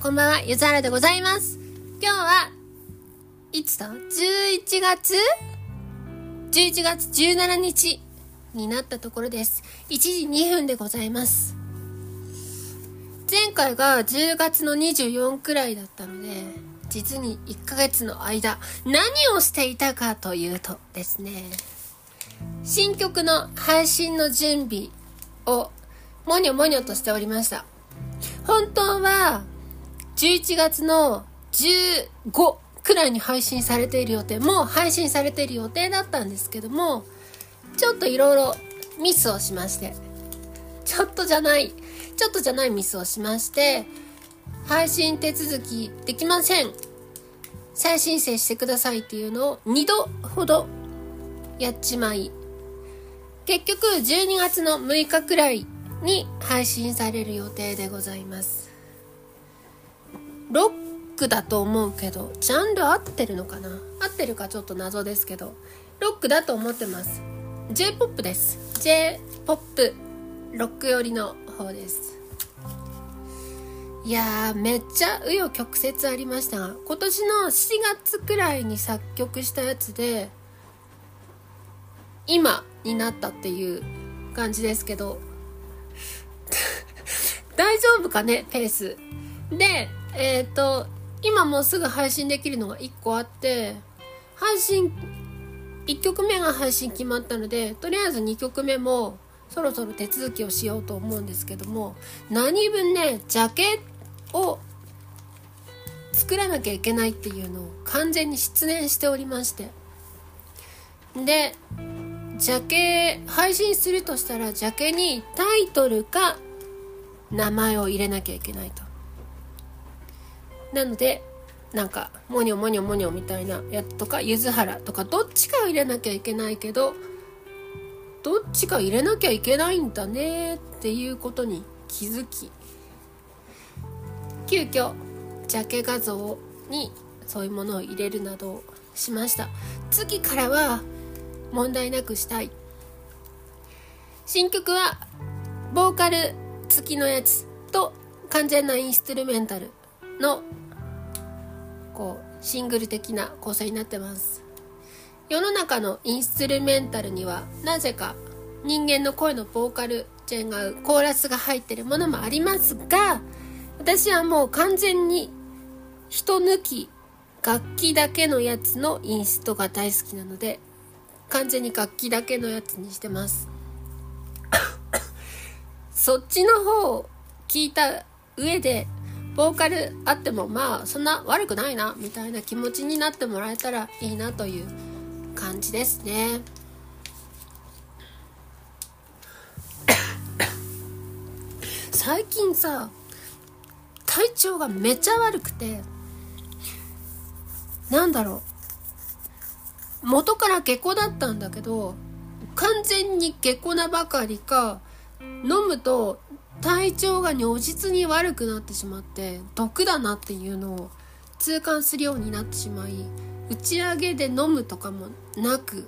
こんばんは、ゆずはらでございます。今日はいつだ ?11 月17日になったところです。1時2分でございます。前回が10月の24くらいだったので、実に1ヶ月の間、何をしていたかというとですね、新曲の配信の準備をもにょもにょとしておりました。本当は11月の15くらいに配信されている予定、もう配信されている予定だったんですけども、ちょっといろいろミスをしまして、ちょっとじゃないミスをしまして、配信手続きできません、再申請してくださいっていうのを2度ほどやっちまい、結局12月の6日くらいに配信される予定でございます。ロックだと思うけど、ジャンル合ってるのかな、合ってるかちょっと謎ですけど、ロックだと思ってます。 J-POP です。 J-POP ロック寄りの方です。いやー、めっちゃ紆余曲折ありましたが、今年の7月くらいに作曲したやつで今になったっていう感じですけど大丈夫かね、ペースで。今もうすぐ配信できるのが1個あって、1曲目が配信決まったので、とりあえず2曲目もそろそろ手続きをしようと思うんですけども、何分ね、ジャケを作らなきゃいけないっていうのを完全に失念しておりまして、でジャケ配信するとしたら、ジャケにタイトルか名前を入れなきゃいけないと。なのでなんかモニョモニョモニョみたいなやつとか、ゆずはらとか、どっちかを入れなきゃいけないけど、どっちか入れなきゃいけないんだねっていうことに気づき、急遽ジャケ画像にそういうものを入れるなどしました。次からは問題なくしたい。新曲はボーカル付きのやつと完全なインストゥルメンタルのこうシングル的な構成になってます。世の中のインストゥルメンタルにはなぜか人間の声のボーカル違うコーラスが入ってるものもありますが、私はもう完全に人抜き楽器だけのやつのインストが大好きなので、完全に楽器だけのやつにしてますそっちの方を聞いた上で、ボーカルあってもまあそんな悪くないなみたいな気持ちになってもらえたらいいなという感じですね最近さ、体調がめちゃ悪くて、なんだろう、元から下戸だったんだけど、完全に下戸なばかりか、飲むと体調が如実に悪くなってしまって、毒だなっていうのを痛感するようになってしまい、打ち上げで飲むとかもなく、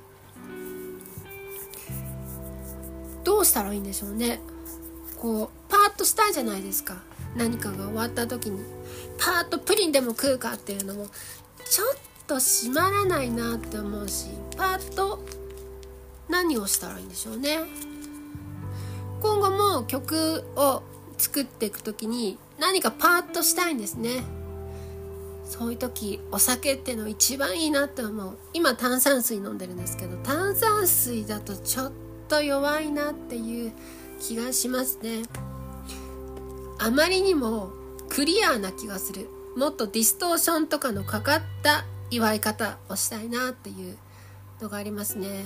どうしたらいいんでしょうね。こうパーッとしたいじゃないですか、何かが終わった時にパーッとプリンでも食うかっていうのもちょっと締まらないなって思うし、パーッと何をしたらいいんでしょうね。今後も曲を作っていくときに何かパーッとしたいんですね。そういう時お酒っていうの一番いいなって思う。今炭酸水飲んでるんですけど、炭酸水だとちょっと弱いなっていう気がしますね。あまりにもクリアな気がする。もっとディストーションとかのかかった祝い方をしたいなっていうのがありますね。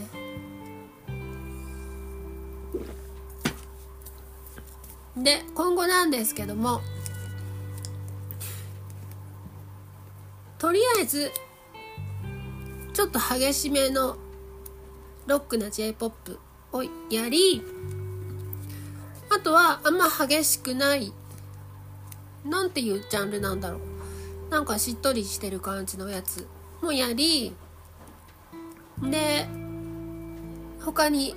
で、今後なんですけども、とりあえずちょっと激しめのロックな J-POP をやり、あとはあんま激しくない、なんていうジャンルなんだろう、なんかしっとりしてる感じのやつもやり、で他に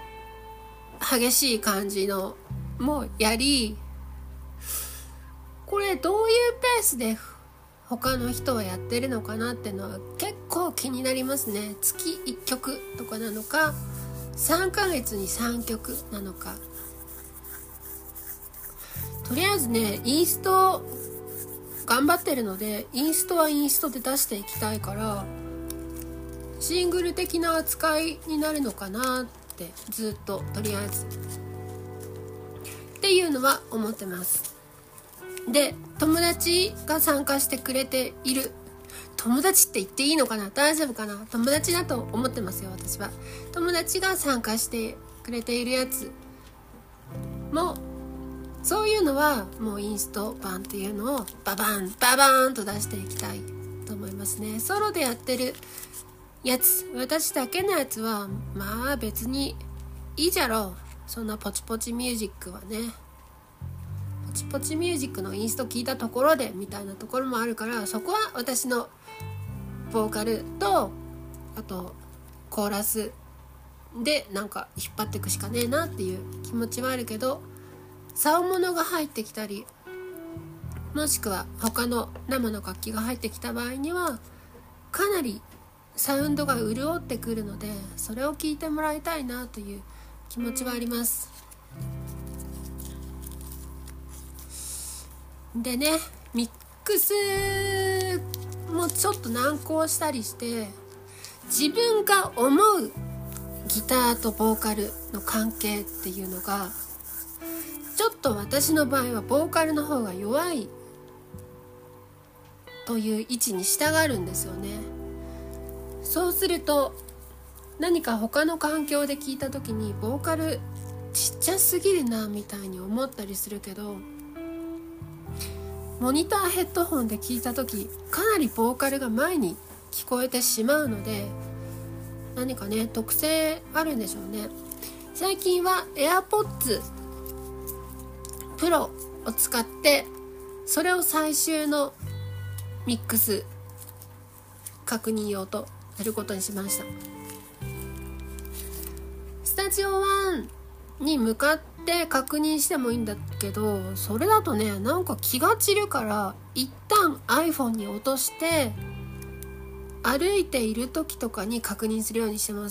激しい感じのもやり、 これどういうペースで他の人はやってるのかなっていうのは結構気になりますね。月1曲とかなのか、3ヶ月に3曲なのか。とりあえずね、インスト頑張ってるので、インストはインストで出していきたいから、シングル的な扱いになるのかなってずっととりあえずっていうのは思ってます。で、友達が参加してくれている、友達って言っていいのかな、大丈夫かな、友達だと思ってますよ。私は友達が参加してくれているやつも、そういうのはもうインスト版っていうのをババンババーンと出していきたいと思いますね。ソロでやってるやつ、私だけのやつはまあ別にいいじゃろう。そんなポチポチミュージックはね、ポチポチミュージックのインスト聞いたところでみたいなところもあるから、そこは私のボーカルとあとコーラスでなんか引っ張っていくしかねえなっていう気持ちはあるけど、竿物が入ってきたり、もしくは他の生の楽器が入ってきた場合にはかなりサウンドが潤ってくるので、それを聞いてもらいたいなという気持ちはあります。でね、ミックスもちょっと難航したりして、自分が思うギターとボーカルの関係っていうのがちょっと私の場合はボーカルの方が弱いという位置に従うんですよね。そうすると何か他の環境で聞いた時にボーカルちっちゃすぎるなみたいに思ったりするけど、モニターヘッドホンで聞いた時かなりボーカルが前に聞こえてしまうので、何かね特性あるんでしょうね。最近は AirPods Pro を使ってそれを最終のミックス確認用とやることにしました。スタジオ1に向かって確認してもいいんだけど、それだとねなんか気が散るから、一旦 iPhone に落として歩いている時とかに確認するようにしてます。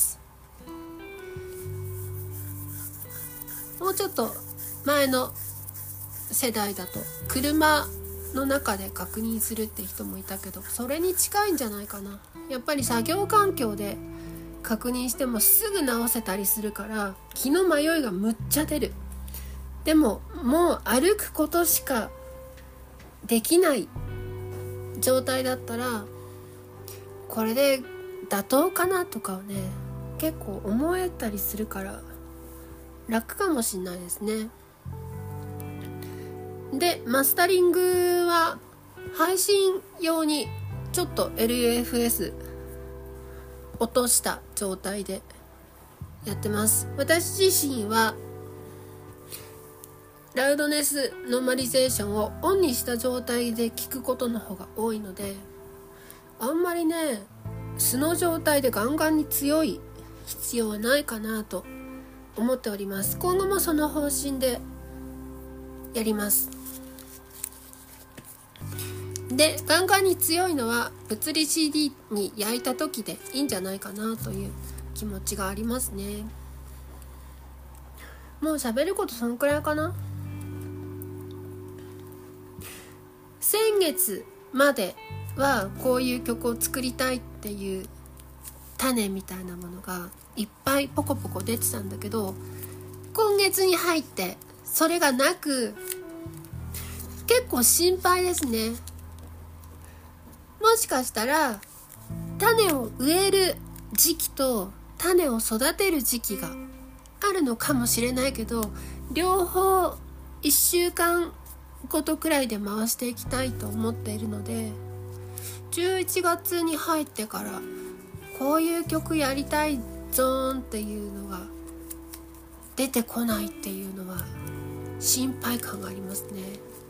もうちょっと前の世代だと車の中で確認するって人もいたけど、それに近いんじゃないかな。やっぱり作業環境で確認してもすぐ直せたりするから気の迷いがむっちゃ出る。でももう歩くことしかできない状態だったら、これで妥当かなとかをね結構思えたりするから楽かもしれないですね。で、マスタリングは配信用にちょっと LUFS 落とした状態でやってます。私自身はラウドネスノーマリゼーションをオンにした状態で聞くことの方が多いので、あんまりね素の状態でガンガンに強い必要はないかなと思っております。今後もその方針でやります。で、ガンガンに強いのは物理 CD に焼いた時でいいんじゃないかなという気持ちがありますね。もう喋ることそのくらいかな。先月まではこういう曲を作りたいっていう種みたいなものがいっぱいポコポコ出てたんだけど、今月に入ってそれがなく、結構心配ですね。もしかしたら種を植える時期と種を育てる時期があるのかもしれないけど、両方1週間ごとくらいで回していきたいと思っているので、11月に入ってからこういう曲やりたいゾーンっていうのが出てこないっていうのは心配感がありますね。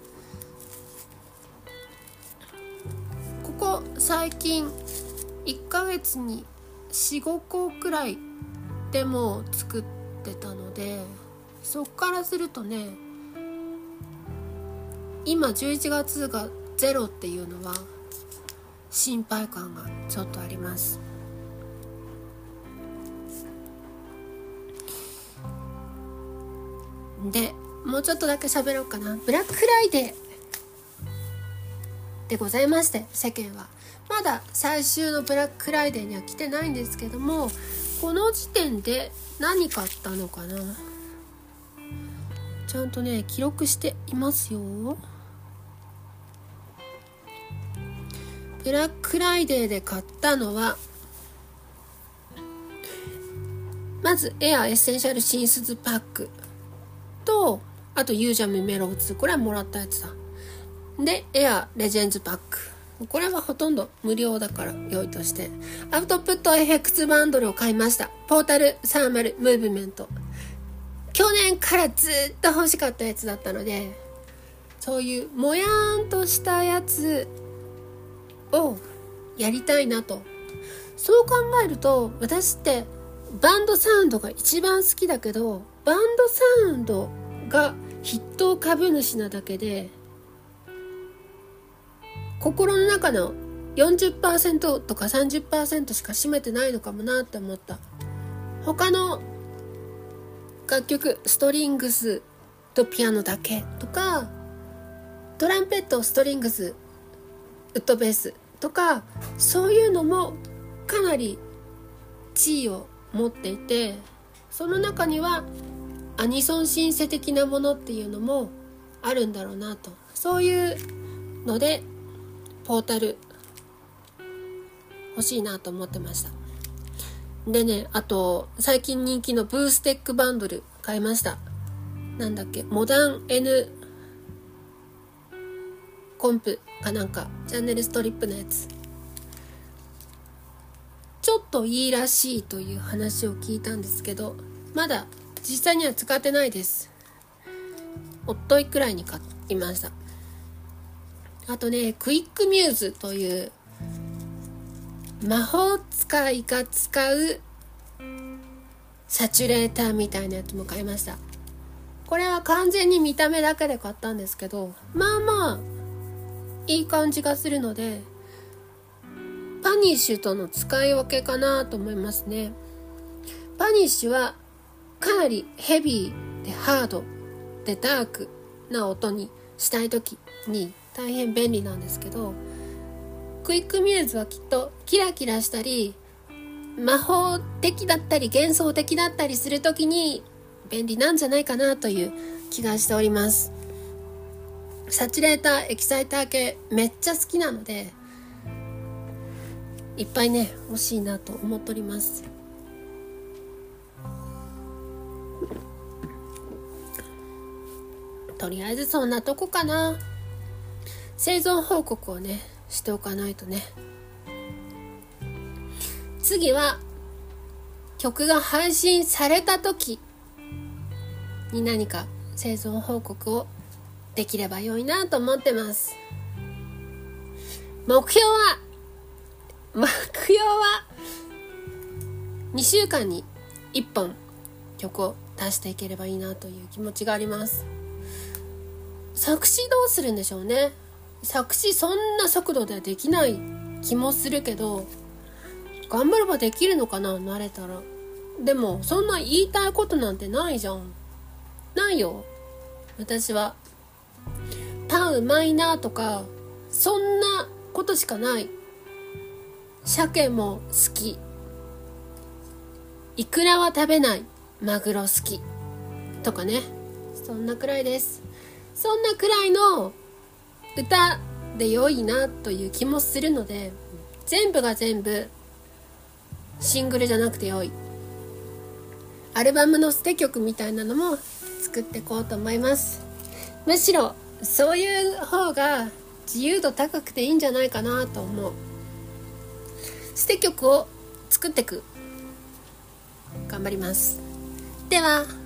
ここ最近1ヶ月に 4,5 個くらいデモを作ってたので、そっからするとね今11月がゼロっていうのは心配感がちょっとあります。でもうちょっとだけ喋ろうかな。ブラックフライデーでございまして、世間はまだ最終のブラックフライデーには来てないんですけども、この時点で何買ったのかな、ちゃんとね記録していますよ。ブラックフライデーで買ったのは、まずエアエッセンシャルシンスズパックと、あとユージャムメロー2、これはもらったやつだ。でエアレジェンズパック、これはほとんど無料だから良いとして、アウトプットエフェクツバンドルを買いました。ポータルサーマルムーブメント、去年からずっと欲しかったやつだったので、そういうもやーんとしたやつをやりたいなと。そう考えると、私ってバンドサウンドが一番好きだけど、バンドサウンドが筆頭株主なだけで、心の中の 40% とか 30% しか占めてないのかもなって思った。他の楽曲、ストリングスとピアノだけとか、トランペット、ストリングス、ウッドベースとか、そういうのもかなり地位を持っていて、その中にはアニソンシンセ的なものっていうのもあるんだろうなと。そういうのでポータル欲しいなと思ってました。でね、あと最近人気のブーステックバンドル買いました。なんだっけ、モダン N コンプかなんか、チャンネルストリップのやつ、ちょっといいらしいという話を聞いたんですけど、まだ実際には使ってないです。おっといくらいに買いました。あとね、クイックミューズという魔法使いが使うサチュレーターみたいなやつも買いました。これは完全に見た目だけで買ったんですけど、まあまあいい感じがするので、パニッシュとの使い分けかなと思いますね。パニッシュはかなりヘビーでハードでダークな音にしたいときに大変便利なんですけど、クイックミューズはきっとキラキラしたり魔法的だったり幻想的だったりするときに便利なんじゃないかなという気がしております。サチュレーター、エキサイター系めっちゃ好きなので、いっぱいね欲しいなと思っております。とりあえずそんなとこかな。生存報告をねしておかないとね。次は曲が配信された時に何か生存報告をできれば良いなと思ってます。目標は2週間に1本曲を出していければいいなという気持ちがあります。作詞どうするんでしょうね。作詞そんな速度ではできない気もするけど、頑張ればできるのかな、慣れたら。でもそんな言いたいことなんてないじゃん。ないよ。私はパンうまいなとかそんなことしかない。鮭も好き、イクラは食べない、マグロ好きとかね、そんなくらいです。そんなくらいの歌で良いなという気もするので、全部が全部シングルじゃなくて良い、アルバムの捨て曲みたいなのも作っていこうと思います。むしろそういう方が自由度高くていいんじゃないかなと思う。捨て曲を作っていく、頑張ります。では。